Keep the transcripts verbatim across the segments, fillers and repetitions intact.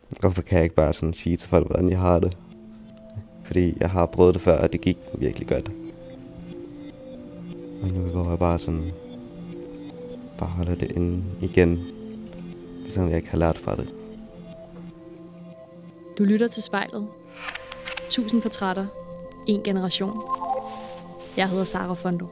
Hvorfor kan jeg ikke bare sådan sige til folk, hvordan jeg har det? Fordi jeg har prøvet det før, og det gik virkelig godt. Og nu går jeg bare sådan, bare holder det inde igen, ligesom jeg ikke har lært fra det. Du lytter til Spejlet. Tusind portrætter. En generation. Jeg hedder Sara Fondo.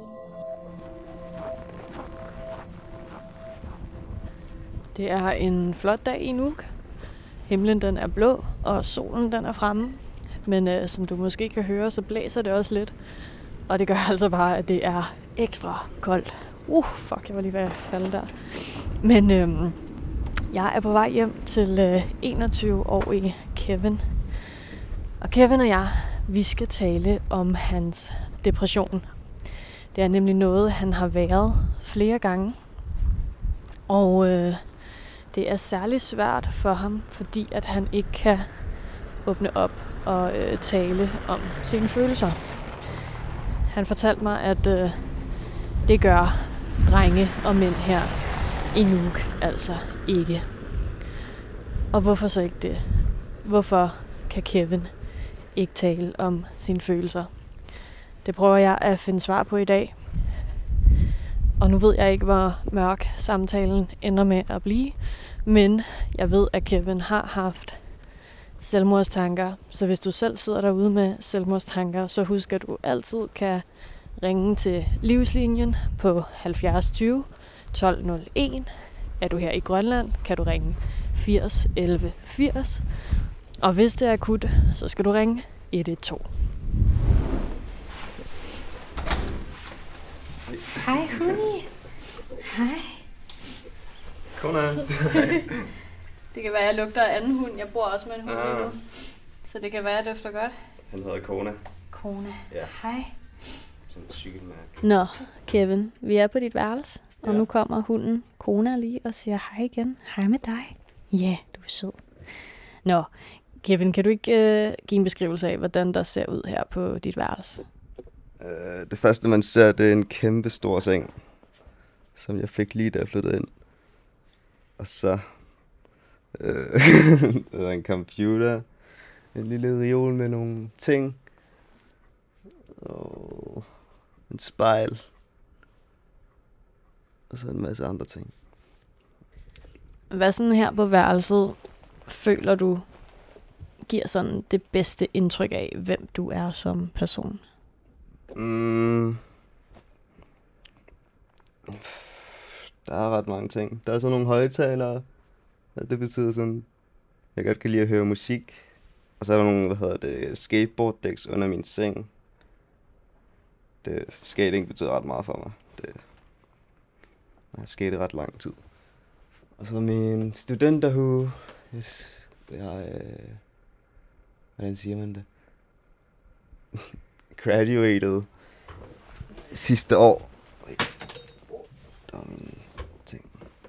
Det er en flot dag i Nuuk. Himlen den er blå, og solen den er fremme. Men øh, som du måske kan høre, så blæser det også lidt. Og det gør altså bare, at det er ekstra koldt. Uh, fuck, jeg var lige ved at falde der. Men øh, jeg er på vej hjem til øh, enogtyve-årige Kevin. Og Kevin og jeg, vi skal tale om hans depression. Det er nemlig noget, han har været flere gange. Og øh, det er særlig svært for ham, fordi at han ikke kan åbne op og øh, tale om sine følelser. Han fortalte mig, at øh, det gør drenge og mænd her i Nuuk altså ikke. Og hvorfor så ikke det? Hvorfor kan Kevin ikke tale om sine følelser? Det prøver jeg at finde svar på i dag. Og nu ved jeg ikke, hvor mørk samtalen ender med at blive, men jeg ved, at Kevin har haft selvmordstanker. Så hvis du selv sidder derude med selvmordstanker, så husk, at du altid kan ringe til Livslinjen på halvfjerds tyve tolv nul en. Er du her i Grønland, kan du ringe firs elleve firs. Og hvis det er akut, så skal du ringe et et to. Hej, Huni. Hej. Kona. Det kan være, at jeg lugter af anden hund. Jeg bor også med en hund Ah. lige nu. Så det kan være, at det dufter godt. Han hedder Kona. Kona. Ja. Hej. Sådan et cykelmærke. Nå, Kevin, vi er på dit værelse, og Ja. nu kommer hunden Kona lige og siger hej igen. Hej med dig. Ja, du er sød. Nå, Kevin, kan du ikke øh, give en beskrivelse af, hvordan der ser ud her på dit værelse? Uh, det første, man ser, det er en kæmpe stor seng, som jeg fik lige da jeg flyttede ind. Og så uh, der er en computer, en lille reol med nogle ting, og en spejl, og så en masse andre ting. Hvad sådan her på værelset føler du giver sådan det bedste indtryk af, hvem du er som person? Mm. Der er ret mange ting. Der er sådan nogle højtalere. Det betyder sådan, jeg godt kan lide at høre musik. Og så er der nogle, hvad hedder det, skateboarddæks under min seng. Det, skating betyder ret meget for mig. Det, jeg har skatet ret lang tid. Og så min studenterhue. Yes, jeg, øh, hvordan siger man det? Graduated sidste år. Der er mine ting.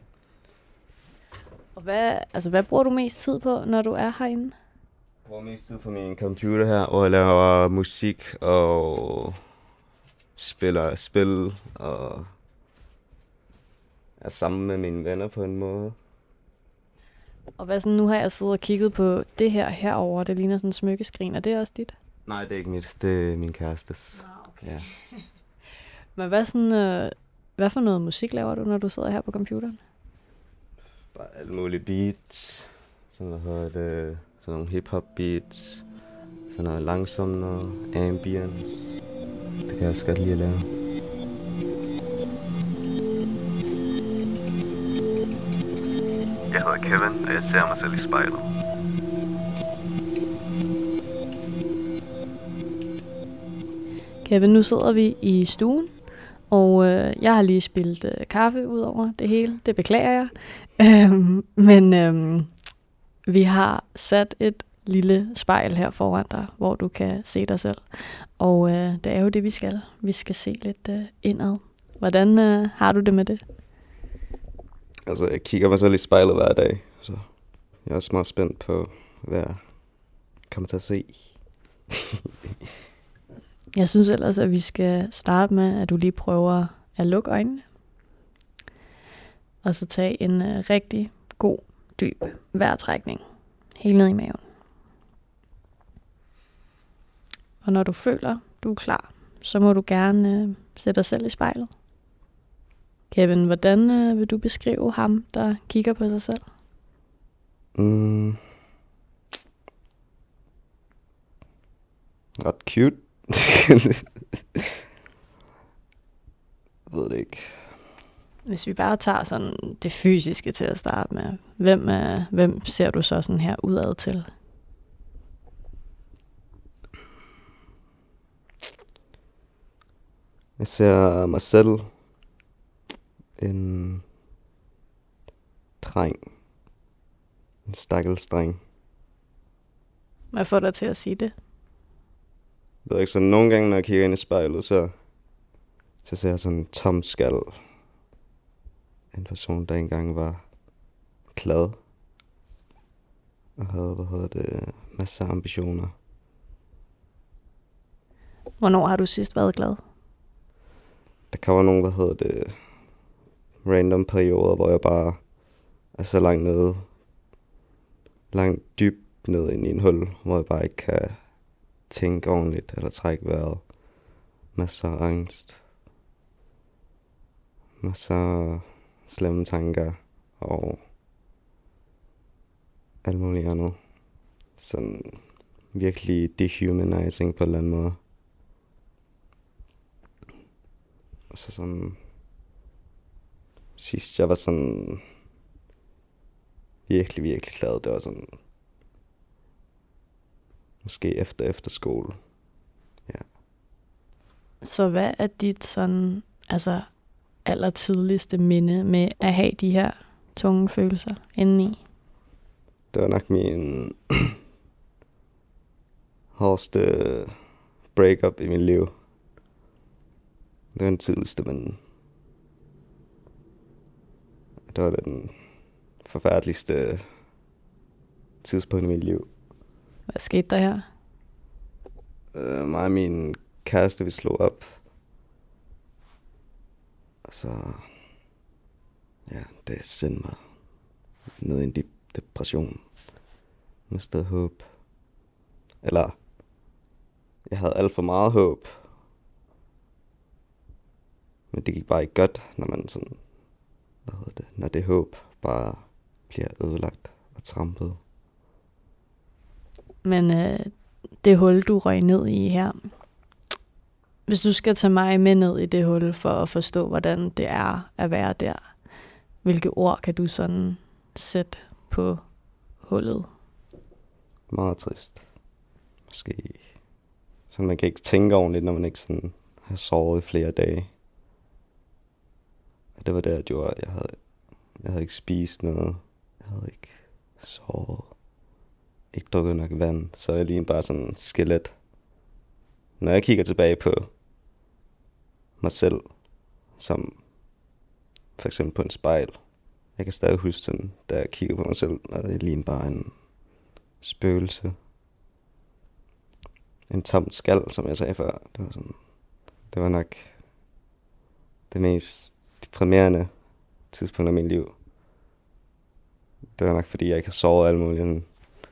Og hvad, altså, hvad bruger du mest tid på, når du er herinde? Jeg bruger mest tid på min computer her, og jeg laver musik og spiller spil og er sammen med mine venner på en måde. Og hvad sådan, nu har jeg siddet og kigget på det her herover. Det ligner sådan en smykkeskrin. Er det også dit? Nej, det er ikke mit. Det er min kærestes. Nå, okay. Ja. Men hvad, sådan, øh, hvad for noget musik laver du, når du sidder her på computeren? Bare alle mulige beats. Sådan, hvad hedder det? Sådan nogle hip-hop beats. Sådan noget langsomt noget ambience. Det kan jeg også godt lide at lave. Jeg hedder Kevin, og jeg ser mig selv i spejlet. Kevin, nu sidder vi i stuen, og øh, jeg har lige spillet øh, kaffe ud over det hele. Det beklager jeg. Øhm, men øhm, vi har sat et lille spejl her foran dig, hvor du kan se dig selv. Og øh, det er jo det, vi skal. Vi skal se lidt øh, indad. Hvordan øh, har du det med det? Altså, jeg kigger mig selv i spejlet hver dag, så jeg er også meget spændt på, hvad jeg kommer til at se. Jeg synes ellers, at vi skal starte med, at du lige prøver at lukke øjnene. Og så tage en øh, rigtig god, dyb vejrtrækning. helt ned i maven. Og når du føler, du er klar, så må du gerne øh, sætte dig selv i spejlet. Kevin, hvordan øh, vil du beskrive ham, der kigger på sig selv? Mm. Ret cute. Jeg ved det ikke. Hvis vi bare tager sådan det fysiske til at starte med, hvem, øh, hvem ser du så sådan her udad til? Jeg ser mig selv, en dreng, en stakkels dreng. Hvad får dig til at sige det? Jeg ved ikke, så nogle gange, når jeg kigger ind i spejlet, så, så ser jeg sådan en tom skal. En person, der engang var glad. Og havde, hvad hedder det, masser af ambitioner. Hvornår har du sidst været glad? Der kan være nogle, hvad hedder det, random perioder, hvor jeg bare er så langt nede, langt dybt nede ind i en hul, hvor jeg bare ikke kan tænke ordentligt eller trække vejret. Masser af angst. Masser af slemme tanker og alt muligt andet. Sådan virkelig dehumanizing på en eller anden måde. Og så sådan sidst jeg var sådan virkelig, virkelig glad, det var sådan måske efter efterskole. Ja. Så hvad er dit sådan, altså allertidligste minde med at have de her tunge følelser indeni? Det var nok min hårdeste breakup i mit liv. Det var den tidligste, men det var den forfærdeligste tidspunkt i mit liv. Hvad skete der her? Uh, mig og min kæreste, vi slog op. Og så, ja, det sendte mig ned i en dyb depression. Mistede håb. Eller, jeg havde alt for meget håb. Men det gik bare ikke godt, når man sådan, hvad hedder det, når det håb bare bliver ødelagt og trampet. Men øh, det hul, du røg ned i her, hvis du skal tage mig med ned i det hul for at forstå, hvordan det er at være der, hvilke ord kan du sådan sætte på hullet? Meget trist. Måske. Så man kan ikke tænke ordentligt, når man ikke sådan har sovet i flere dage. Og det var det, jeg gjorde. Jeg havde, jeg havde ikke spist noget. Jeg havde ikke sovet. Ikke drukket nok vand. Så jeg lignede bare sådan en skelet. Når jeg kigger tilbage på mig selv, som for eksempel på en spejl. Jeg kan stadig huske sådan, da jeg kigger på mig selv, og jeg lignede bare en spøgelse. En tom skal, som jeg sagde før. Det var, sådan, det var nok det mest deprimerende tidspunkt af mit liv. Det var nok fordi, jeg ikke har sovet alt muligt.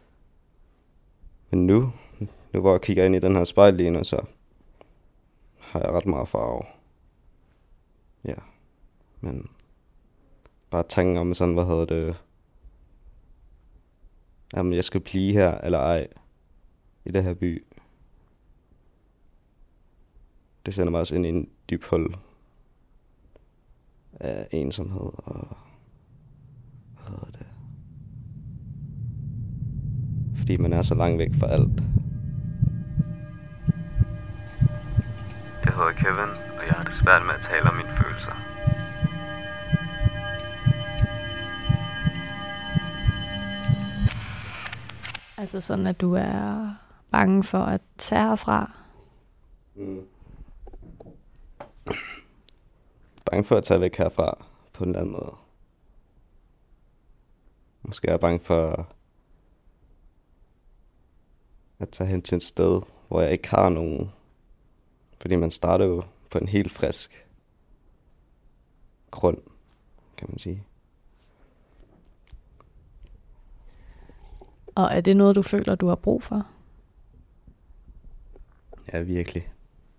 Men nu, nu hvor jeg kigger ind i den her spejl lige nu, så har jeg ret meget farve. Ja, men bare tanken om sådan, hvad hedder det, jamen jeg skal blive her, eller ej, i det her by. Det sender mig også ind i en dyb hul af ensomhed og, hvad hedder det, fordi man er så langt væk fra alt. Jeg hedder Kevin, og jeg har det svært med at tale om mine følelser. Altså sådan, at du er bange for at tage herfra? Mm. Bange for at tage væk herfra på en eller anden måde. Måske er jeg bange for at tage hen til et sted, hvor jeg ikke har nogen. Fordi man starter jo på en helt frisk grund, kan man sige. Og er det noget, du føler, du har brug for? Ja, virkelig.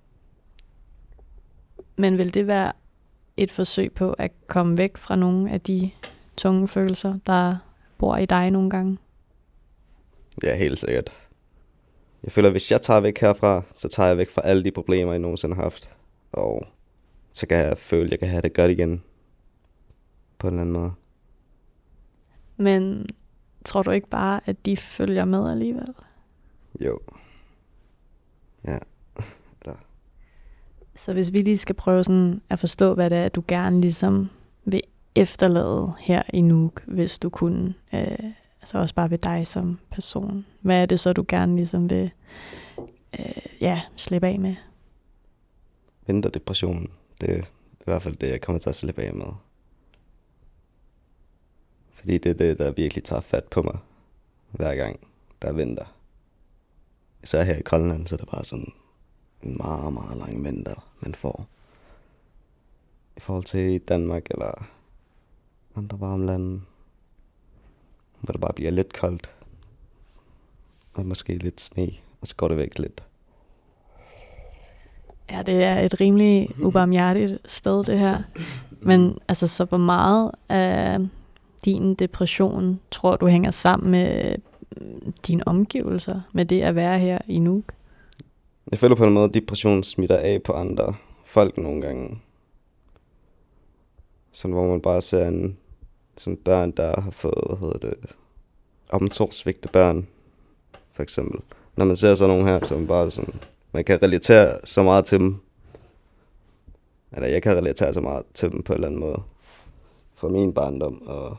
Men vil det være et forsøg på at komme væk fra nogle af de tunge følelser, der bor i dig nogle gange? Ja, helt sikkert. Jeg føler, at hvis jeg tager væk herfra, så tager jeg væk fra alle de problemer, jeg nogensinde har haft. Og så kan jeg føle, at jeg kan have det godt igen. På en eller anden måde. Men tror du ikke bare, at de følger med alligevel? Jo. Ja. Så hvis vi lige skal prøve sådan at forstå, hvad det er, du gerne ligesom vil efterlade her i Nuuk, hvis du kunne, øh, altså også bare ved dig som person. Hvad er det så, du gerne ligesom vil øh, ja, slippe af med? Vinterdepressionen. Det er i hvert fald det, jeg kommer til at slippe af med. Fordi det er det, der virkelig tager fat på mig, hver gang der er vinter. Især her i Grønland, så er det bare sådan en meget, meget lang vinter, man får. I forhold til Danmark eller andre varme lande, hvor det bare bliver lidt koldt. Og måske lidt sne, og så går det væk lidt. Ja, det er et rimelig ubarmhjertigt sted, det her. Men altså, så hvor meget af din depression tror du hænger sammen med dine omgivelser, med det at være her i Nuuk? Jeg føler på en måde, at depression smitter af på andre folk nogle gange. Sådan hvor man bare ser en sådan børn, der har fået, hvad hedder det, omsorgsvigte børn, for eksempel. Når man ser sådan nogle her, så man bare sådan, man kan relatere så meget til dem. Eller jeg kan relatere så meget til dem på en eller anden måde. Fra min barndom, og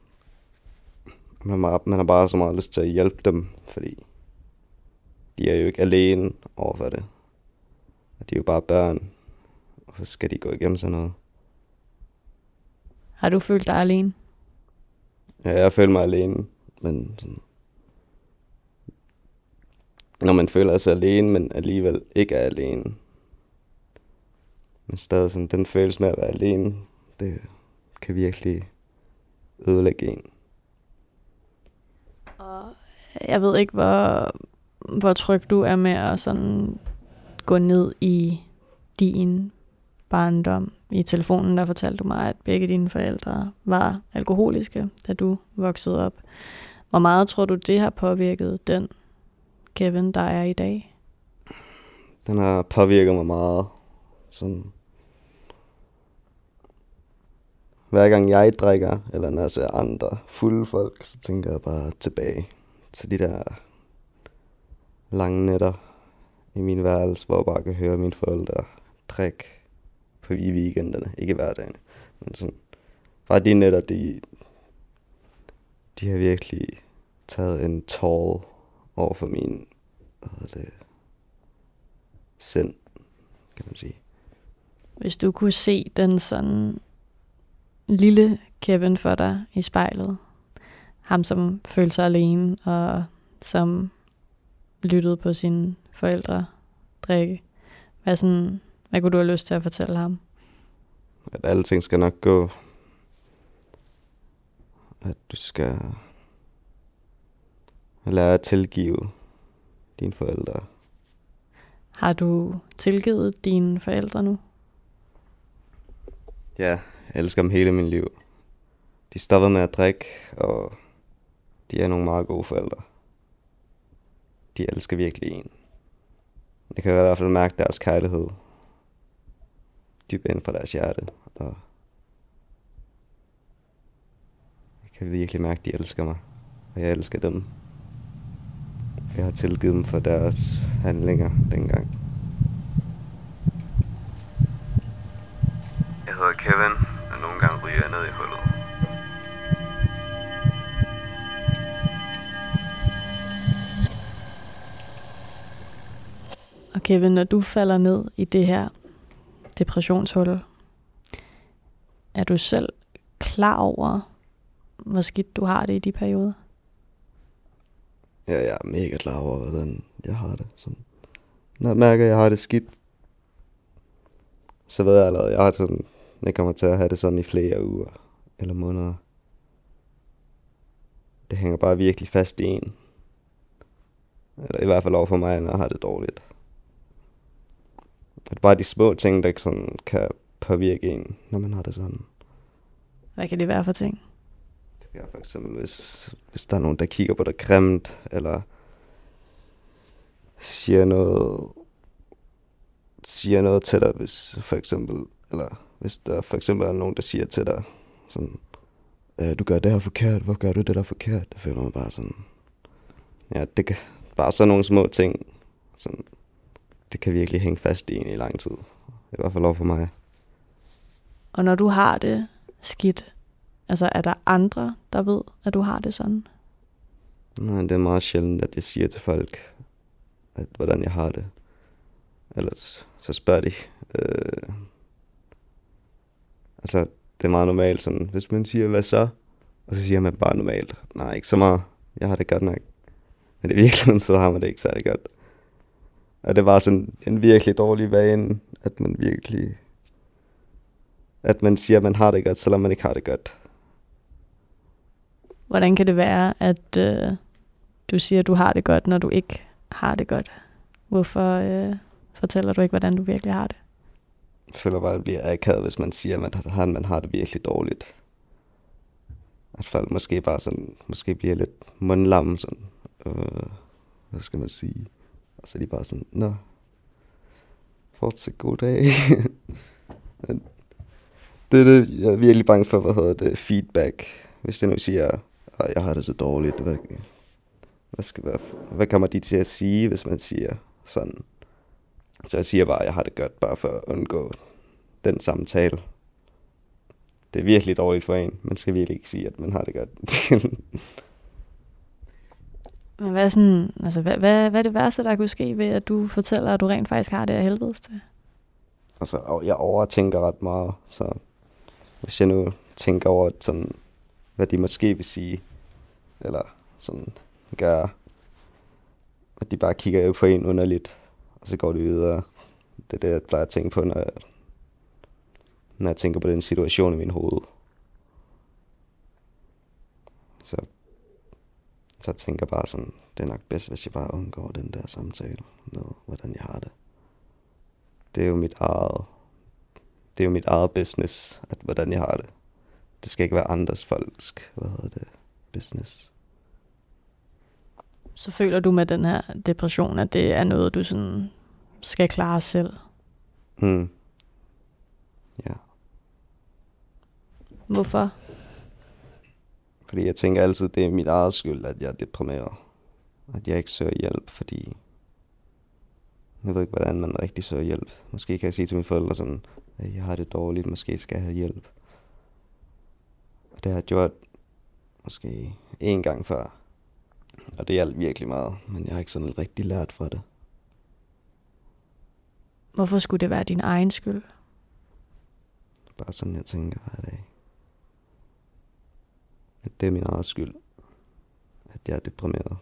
man har, man har bare så meget lyst til at hjælpe dem, fordi de er jo ikke alene overfor det. De er jo bare børn, og så skal de gå igennem sådan noget. Har du følt dig alene? Ja, jeg føler mig alene, men sådan, når man føler sig alene, men alligevel ikke er alene. Men stadig sådan, den følelse med at være alene, det kan virkelig ødelægge en. Og jeg ved ikke, hvor, hvor tryg du er med at sådan gå ned i din barndom. I telefonen, der fortalte du mig, at begge dine forældre var alkoholiske, da du voksede op. Hvor meget tror du, det har påvirket den Kevin, der er i dag? Den har påvirket mig meget. Sådan, hver gang jeg drikker, eller når jeg ser andre fulde folk, så tænker jeg bare tilbage til de der lange nætter i min værelse, hvor jeg bare kan høre mine forældre drikke på i weekenderne, ikke hverdagen. Men sådan, bare de nætter, de, de har virkelig taget en toll over for min, hvad hedder det, sind, kan man sige. Hvis du kunne se den sådan lille Kevin for dig i spejlet, ham som følte sig alene og som lyttede på sine forældre drikke, hvad, sådan, hvad kunne du have lyst til at fortælle ham? At alting skal nok gå. At du skal lære at tilgive dine forældre. Har du tilgivet dine forældre nu? Ja, jeg elsker dem hele mit liv. De stoppede med at drikke, og de er nogle meget gode forældre. De elsker virkelig en. Det kan i hvert fald mærke deres kærlighed dybt inden for deres hjerte. Og jeg kan virkelig mærke, at de elsker mig, og jeg elsker dem. Jeg har tilgivet dem for deres handlinger dengang. Jeg hedder Kevin, og nogle gange ryger jeg ned i hullet. Og Kevin, når du falder ned i det her depressionshul, er du selv klar over, hvor skidt du har det i de perioder? Ja, jeg er mega klar over, hvordan jeg har det. Sådan. Når jeg mærker, at jeg har det skidt, så ved jeg allerede, at jeg, har det sådan, jeg kommer til at have det sådan i flere uger eller måneder. Det hænger bare virkelig fast i en. Eller i hvert fald over for mig, når jeg har det dårligt. Det er bare de små ting, der sådan kan påvirke en, når man har det sådan. Hvad kan det være for ting? Det kan for eksempel, hvis, hvis der er nogen, der kigger på dig grimt, eller siger noget, siger noget til dig, hvis for eksempel, eller hvis der for eksempel er nogen, der siger til dig, sådan, øh, du gør det her forkert, hvor gør du det der forkert? Det føler man bare sådan, ja, det kan, bare sådan nogle små ting, sådan, det kan virkelig hænge fast i en i lang tid. I hvert fald over for mig. Og når du har det skidt, altså er der andre, der ved, at du har det sådan? Nej, det er meget sjældent, at jeg siger til folk, at, hvordan jeg har det. Ellers så spørger de. Øh, altså, det er meget normalt sådan, hvis man siger, hvad så? Og så siger man bare normalt, nej, ikke så meget. Jeg har det godt nok. Men i virkeligheden, så har man det ikke særlig godt. Og det var sådan en virkelig dårlig vane, at man virkelig, at man siger, at man har det godt, selvom man ikke har det godt. Hvordan kan det være, at øh, du siger, at du har det godt, når du ikke har det godt? Hvorfor øh, fortæller du ikke, hvordan du virkelig har det? Jeg føler bare, at det bliver akavet, hvis man siger, at man, man har det virkelig dårligt. At folk måske bare sådan, måske bliver lidt mundlam, sådan, øh, hvad skal man sige? Og så er de bare sådan, nå, fortsæt god dag. Det er det, jeg er virkelig bange for, hvad hedder det, feedback. Hvis det nu siger, at jeg har det så dårligt, hvad, hvad, skal være, hvad kommer de til at sige, hvis man siger sådan? Så jeg siger bare, at jeg har det godt, bare for at undgå den samtale. Det er virkelig dårligt for en. Man skal virkelig ikke sige, at man har det godt. Men hvad er, sådan, altså, hvad, hvad, hvad er det værste, der kunne ske ved, at du fortæller, at du rent faktisk har det af helvedes til? Altså, jeg overtænker ret meget, så hvis jeg nu tænker over, sådan, hvad de måske vil sige, eller sådan gør, at de bare kigger på en underligt, og så går det videre. Det er det, jeg plejer at tænke på, når jeg, når jeg tænker på den situation i min hoved. Så, så jeg tænker bare sådan, det er nok bedst, hvis jeg bare undgår den der samtale med, hvordan jeg har det. Det er jo mit eget, det er jo mit eget business, at hvordan jeg har det. Det skal ikke være andres folks, hvad hedder det, business. Så føler du med den her depression, at det er noget, du sådan skal klare selv? Mm. Ja. Hvorfor? Fordi jeg tænker altid, det er mit eget skyld, at jeg er deprimeret. At jeg ikke søger hjælp, fordi jeg ved ikke, hvordan man rigtig søger hjælp. Måske kan jeg sige til mine forældre sådan, at jeg har det dårligt, måske skal jeg have hjælp. Og det har jeg gjort måske én gang før. Og det hjalp virkelig meget, men jeg har ikke sådan rigtig lært fra det. Hvorfor skulle det være din egen skyld? Bare sådan, jeg tænker hver dag. At det er min eget skyld, at jeg er deprimeret.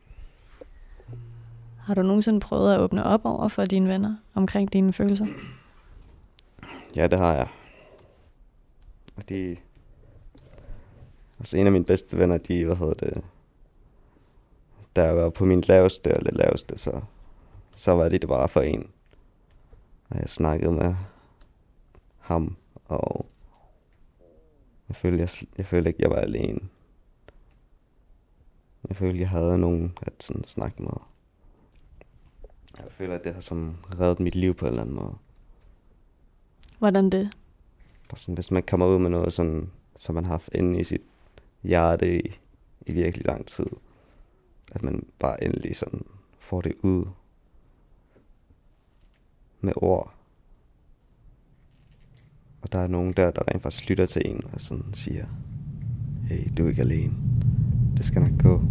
Har du nogensinde prøvet at åbne op over for dine venner omkring dine følelser? Ja, det har jeg. Og de... Altså en af mine bedste venner, de, hvad hedder det... Da jeg var på min laveste eller laveste, så, så var det det bare for en. Og jeg snakkede med ham, og jeg følte, jeg, jeg følte ikke, jeg var alene. Jeg følte, jeg havde nogen at sådan snakke med. Jeg føler, at det har som reddet mit liv på en eller anden måde. Hvordan det? Sådan, hvis man kommer ud med noget, sådan, som man har haft inde i sit hjerte i, i virkelig lang tid. At man bare endelig sådan får det ud med ord. Og der er nogen der, der rent faktisk lytter til en og sådan siger, hey, du er ikke alene. Det skal nok gå.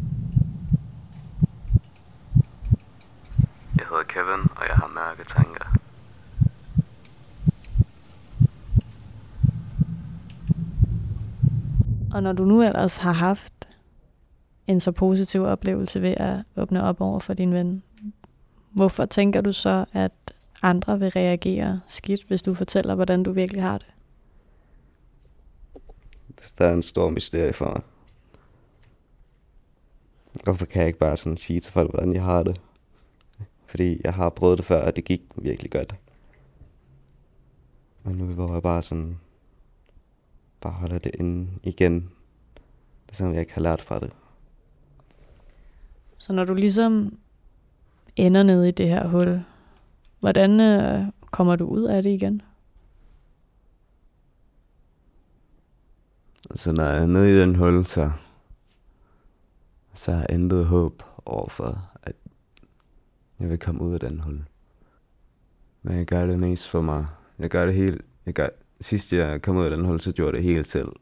Jeg hedder Kevin, og jeg har mørke tanker. Og når du nu ellers har haft en så positiv oplevelse ved at åbne op over for din ven, hvorfor tænker du så, at andre vil reagere skidt, hvis du fortæller, hvordan du virkelig har det? Det er en stor mysterie for mig. Hvorfor kan jeg ikke bare sådan sige til folk, hvordan jeg har det? Fordi jeg har prøvet det før, og det gik virkelig godt. Og nu hvor jeg bare sådan, bare holder det inde igen. Det er sådan, jeg ikke har lært fra det. Så når du ligesom ender nede i det her hul, hvordan øh, kommer du ud af det igen? Så når jeg er nede i den hul, så, så har jeg intet håb overfor, at jeg vil komme ud af den hul. Men jeg gør det mest for mig. Jeg gør det helt. Jeg gør, sidst jeg kom ud af den hul, så gjorde jeg det helt selv.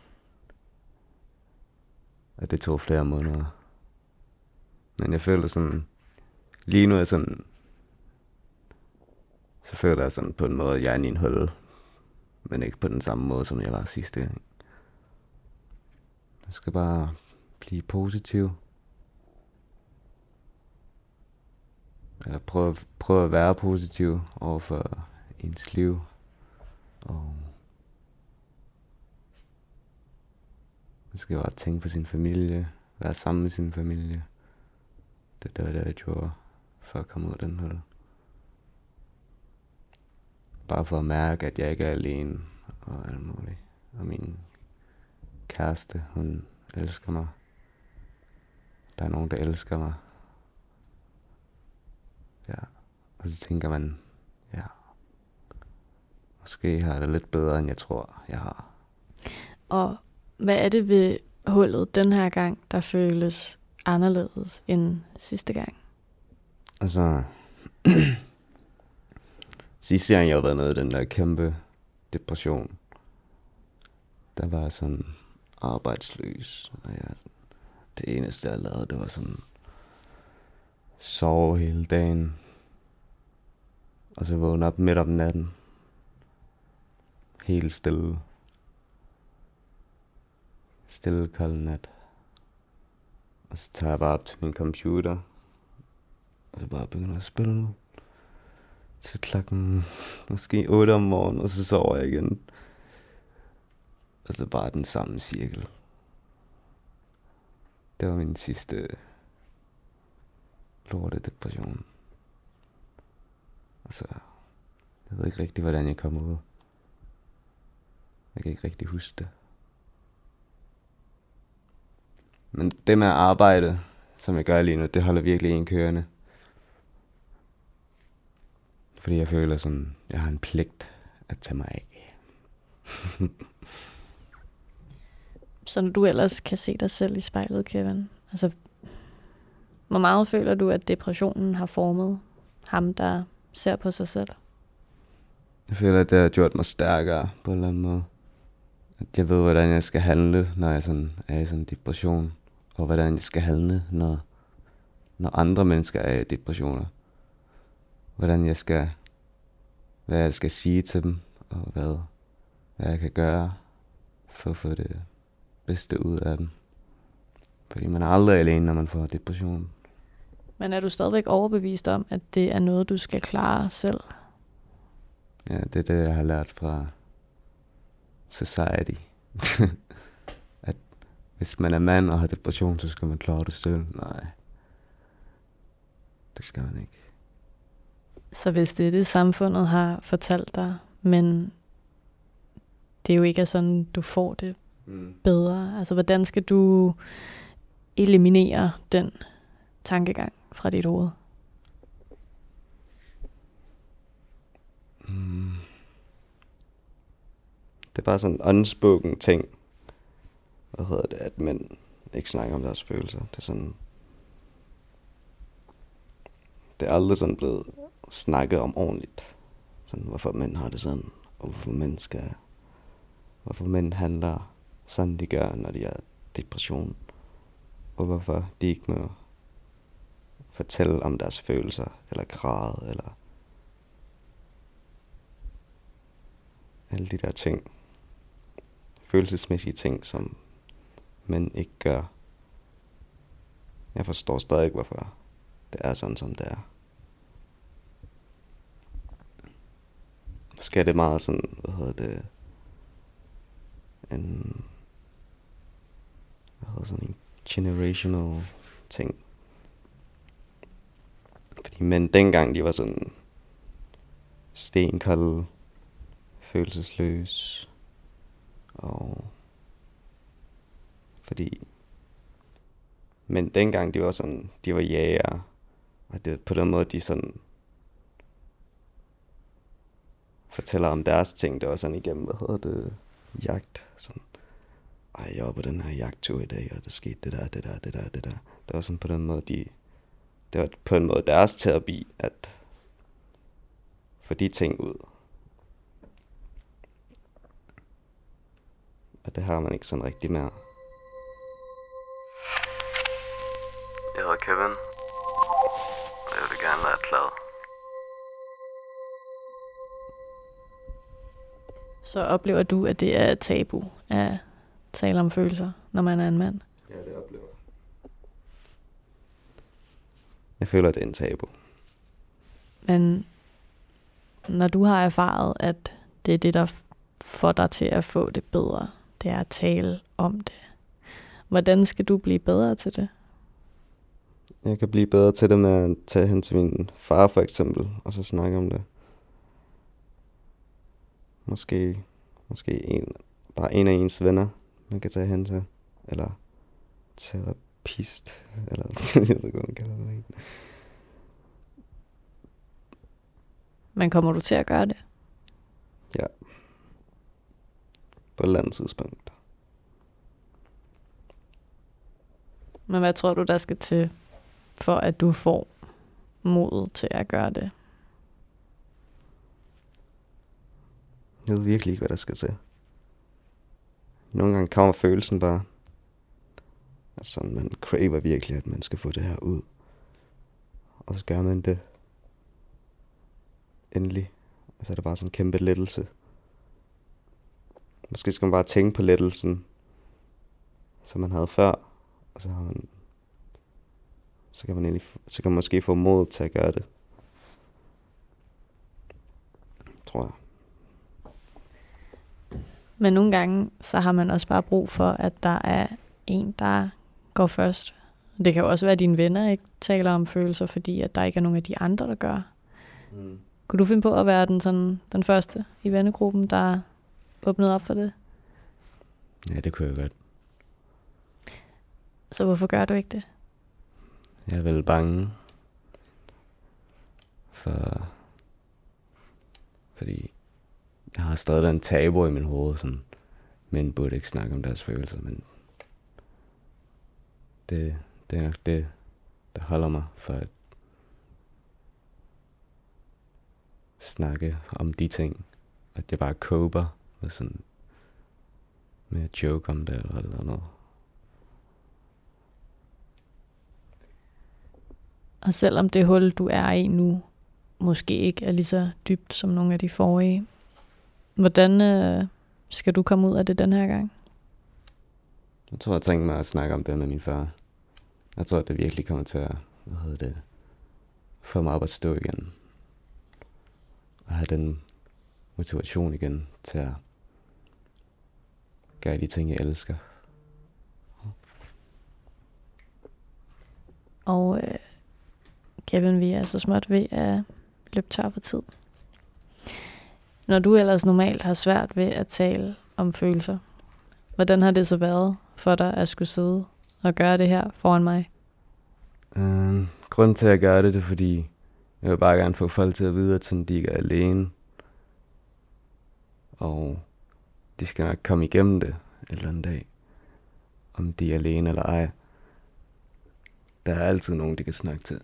Og det tog flere måneder. Men jeg føler sådan, lige nu er sådan, så føler jeg sådan på en måde, at jeg er i en hul. Men ikke på den samme måde, som jeg var sidste gang. Jeg skal bare blive positiv. Eller prøve, prøve at være positiv overfor ens liv. Og man skal bare tænke på sin familie. Være sammen med sin familie. Det er det, jeg gjorde for at komme ud af den hul. Bare for at mærke, at jeg ikke er alene. Og alt muligt. Og min kæreste, hun elsker mig. Der er nogen, der elsker mig. Ja. Og så tænker man, ja, måske har jeg det lidt bedre, end jeg tror, jeg har. Og hvad er det ved hullet den her gang, der føles anderledes end sidste gang? Altså, sidste gang jeg har været nede i den der kæmpe depression, der var jeg sådan arbejdsløs. Og jeg, det eneste jeg lavede, det var sådan sove hele dagen. Og så vågne op midt om natten. Helt stille. Stille kold nat. Og så tager jeg bare op til min computer. Og så bare begynder at spille. Til klokken måske otte om morgenen, og så sover jeg igen. Og så bare den samme cirkel. Det var min sidste lorte depression. Og så, jeg ved ikke rigtig, hvordan jeg kom ud. Jeg kan ikke rigtig huske det. Men det med at arbejde, som jeg gør lige nu, det holder virkelig en kørende. Fordi jeg føler sådan, jeg har en pligt at tage mig af. Så når du ellers kan se dig selv i spejlet, Kevin, altså, hvor meget føler du, at depressionen har formet ham, der ser på sig selv? Jeg føler, at det har gjort mig stærkere på en eller anden måde. At jeg ved, hvordan jeg skal handle, når jeg sådan er i sådan en depression. Og hvordan jeg skal handle, når, når andre mennesker er i depressioner. Hvordan jeg skal, hvad jeg skal sige til dem, og hvad, hvad jeg kan gøre for at få det bedste ud af dem. Fordi man er aldrig alene, når man får depression. Men er du stadigvæk overbevist om, at det er noget, du skal klare selv? Ja, det er det, jeg har lært fra society. At hvis man er mand og har depression, så skal man klare det selv. Nej, det skal man ikke. Så hvis det er det, samfundet har fortalt dig, men det er jo ikke sådan, du får det mm. bedre. Altså, hvordan skal du eliminere den tankegang fra dit hoved? Mm. Det er bare sådan en unspoken ting. Hvad hedder det? At mænd ikke snakker om deres følelser. Det er sådan... Det er aldrig sådan blevet snakket om ordentligt. Sådan, hvorfor mænd har det sådan. Og hvorfor mænd skal... Hvorfor mænd handler sådan, de gør, når de er depression. Og hvorfor de ikke må fortælle om deres følelser. Eller græde. Eller... alle de der ting. Følelsesmæssige ting, som mænd ikke gør. Jeg forstår stadig ikke, hvorfor det er sådan, som det er. Skal det meget sådan, hvad hedder det, en, hvad hedder sådan en generational ting. Fordi mænd dengang, de var sådan stenkolde, følelsesløs, og fordi men dengang, de var sådan, de var jæger, og det, på den måde, de sådan fortæller om deres ting, det var sådan igennem, hvad hedder det, jagt, sådan, ej, jeg var på den her jagttur i dag, og der skete det der, det der, det der, det der. Det var sådan på den måde, de, det var på en måde deres terapi, at få de ting ud. Og det har man ikke sådan rigtig mere. Jeg hedder Kevin, og jeg vil gerne være glad. Så oplever du, at det er tabu at tale om følelser, når man er en mand? Ja, det oplever jeg. Jeg føler, at det er en tabu. Men når du har erfaret, at det er det, der får dig til at få det bedre, det er at tale om det. Hvordan skal du blive bedre til det? Jeg kan blive bedre til det med at tage hen til min far for eksempel, og så snakke om det. Måske, måske en, bare en af ens venner, man kan tage hen til. Eller terapist, eller jeg ved ikke, hvad man kalder det. Men kommer du til at gøre det? Ja. På et eller andet tidspunkt. Men hvad tror du, der skal til, for at du får modet til at gøre det? Jeg ved virkelig ikke, hvad der skal til. Nogle gange kommer følelsen bare. Altså, man craver virkelig, at man skal få det her ud. Og så gør man det. Endelig. Og så er det bare sådan en kæmpe lettelse. Måske skal man bare tænke på lettelsen, som man havde før. Og så har man... Så kan man, egentlig, så kan man måske få mod til at gøre det. Tror jeg. Men nogle gange, så har man også bare brug for, at der er en, der går først. Det kan jo også være, at dine venner ikke taler om følelser, fordi at der ikke er nogen af de andre, der gør. Mm. Kunne du finde på at være den, sådan, den første i vennegruppen, der åbnede op for det? Ja, det kunne jeg godt. Så hvorfor gør du ikke det? Jeg er vel bange. For... Fordi... Jeg har stadig en tabu i min hoved, sådan... Mænd burde ikke snakke om deres følelser, men... Det, det er nok det, der holder mig for at... snakke om de ting. At jeg bare coper med sådan... Med at joke om det eller, eller noget. Og selvom det hul, du er i nu, måske ikke er lige så dybt som nogle af de forrige, hvordan øh, skal du komme ud af det den her gang? Jeg tror, jeg tænker mig at snakke om det med min far. Jeg tror, at det virkelig kommer til at, hvad hedder det, få mig op at stå igen. Og have den motivation igen til at gøre de ting, jeg elsker. Og øh, Kevin, vi er så småt ved at løbe tør for tid. Når du ellers normalt har svært ved at tale om følelser, hvordan har det så været for dig at skulle sidde og gøre det her foran mig? Uh, grunden til at gøre det, det er fordi, jeg vil bare gerne få folk til at vide, at sådan, de ikke er alene. Og de skal nok komme igennem det en eller anden dag. Om de er alene eller ej. Der er altid nogen, de kan snakke til.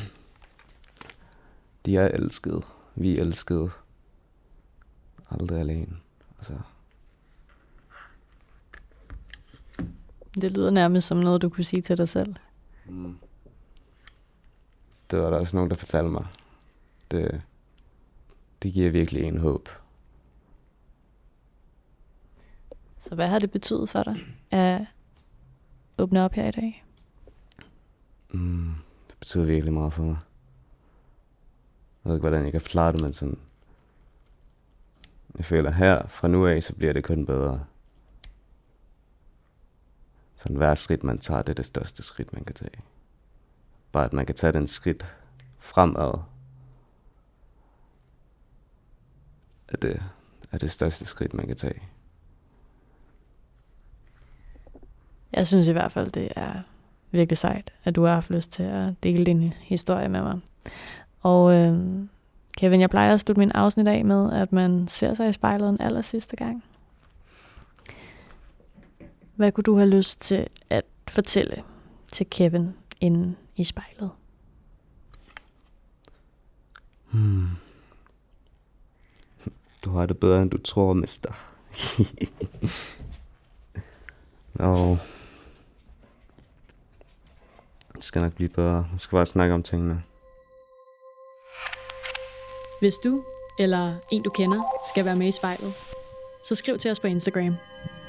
De er elskede. Vi er elskede. Aldrig alene. Altså. Det lyder nærmest som noget, du kunne sige til dig selv. Mm. Det var der også nogen, der fortalte mig. Det, det giver virkelig en håb. Så hvad har det betydet for dig at åbne op her i dag? Mm, det betyder virkelig meget for mig. Jeg ved ikke, hvordan jeg kan forklare det, men sådan... Jeg føler her, fra nu af, så bliver det kun bedre. Sådan hver skridt, man tager, det er det største skridt, man kan tage. bare at man kan tage den skridt fremad, er det, er det største skridt, man kan tage. Jeg synes i hvert fald, det er virkelig sejt, at du har haft lyst til at dele din historie med mig. Og øh, Kevin, jeg plejer at slutte min afsnit af med, at man ser sig i spejlet en aller sidste gang. Hvad kunne du have lyst til at fortælle til Kevin inde i spejlet? Hmm. Du har det bedre, end du tror, mister. Og det skal nok blive bedre. Jeg skal bare snakke om tingene. Hvis du eller en du kender skal være med i spejlet, så skriv til os på Instagram.